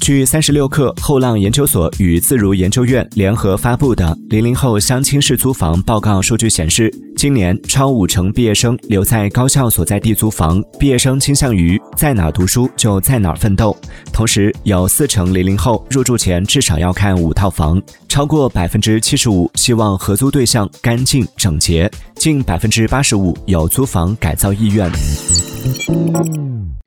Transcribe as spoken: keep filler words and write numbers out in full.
据三十六氪后浪研究所与自如研究院联合发布的零零后相亲式租房报告数据显示，今年超五成毕业生留在高校所在地租房，毕业生倾向于在哪读书就在哪奋斗。同时，有四成零零后入住前至少要看五套房，超过百分之七十五希望合租对象干净整洁，近百分之八十五有租房改造意愿。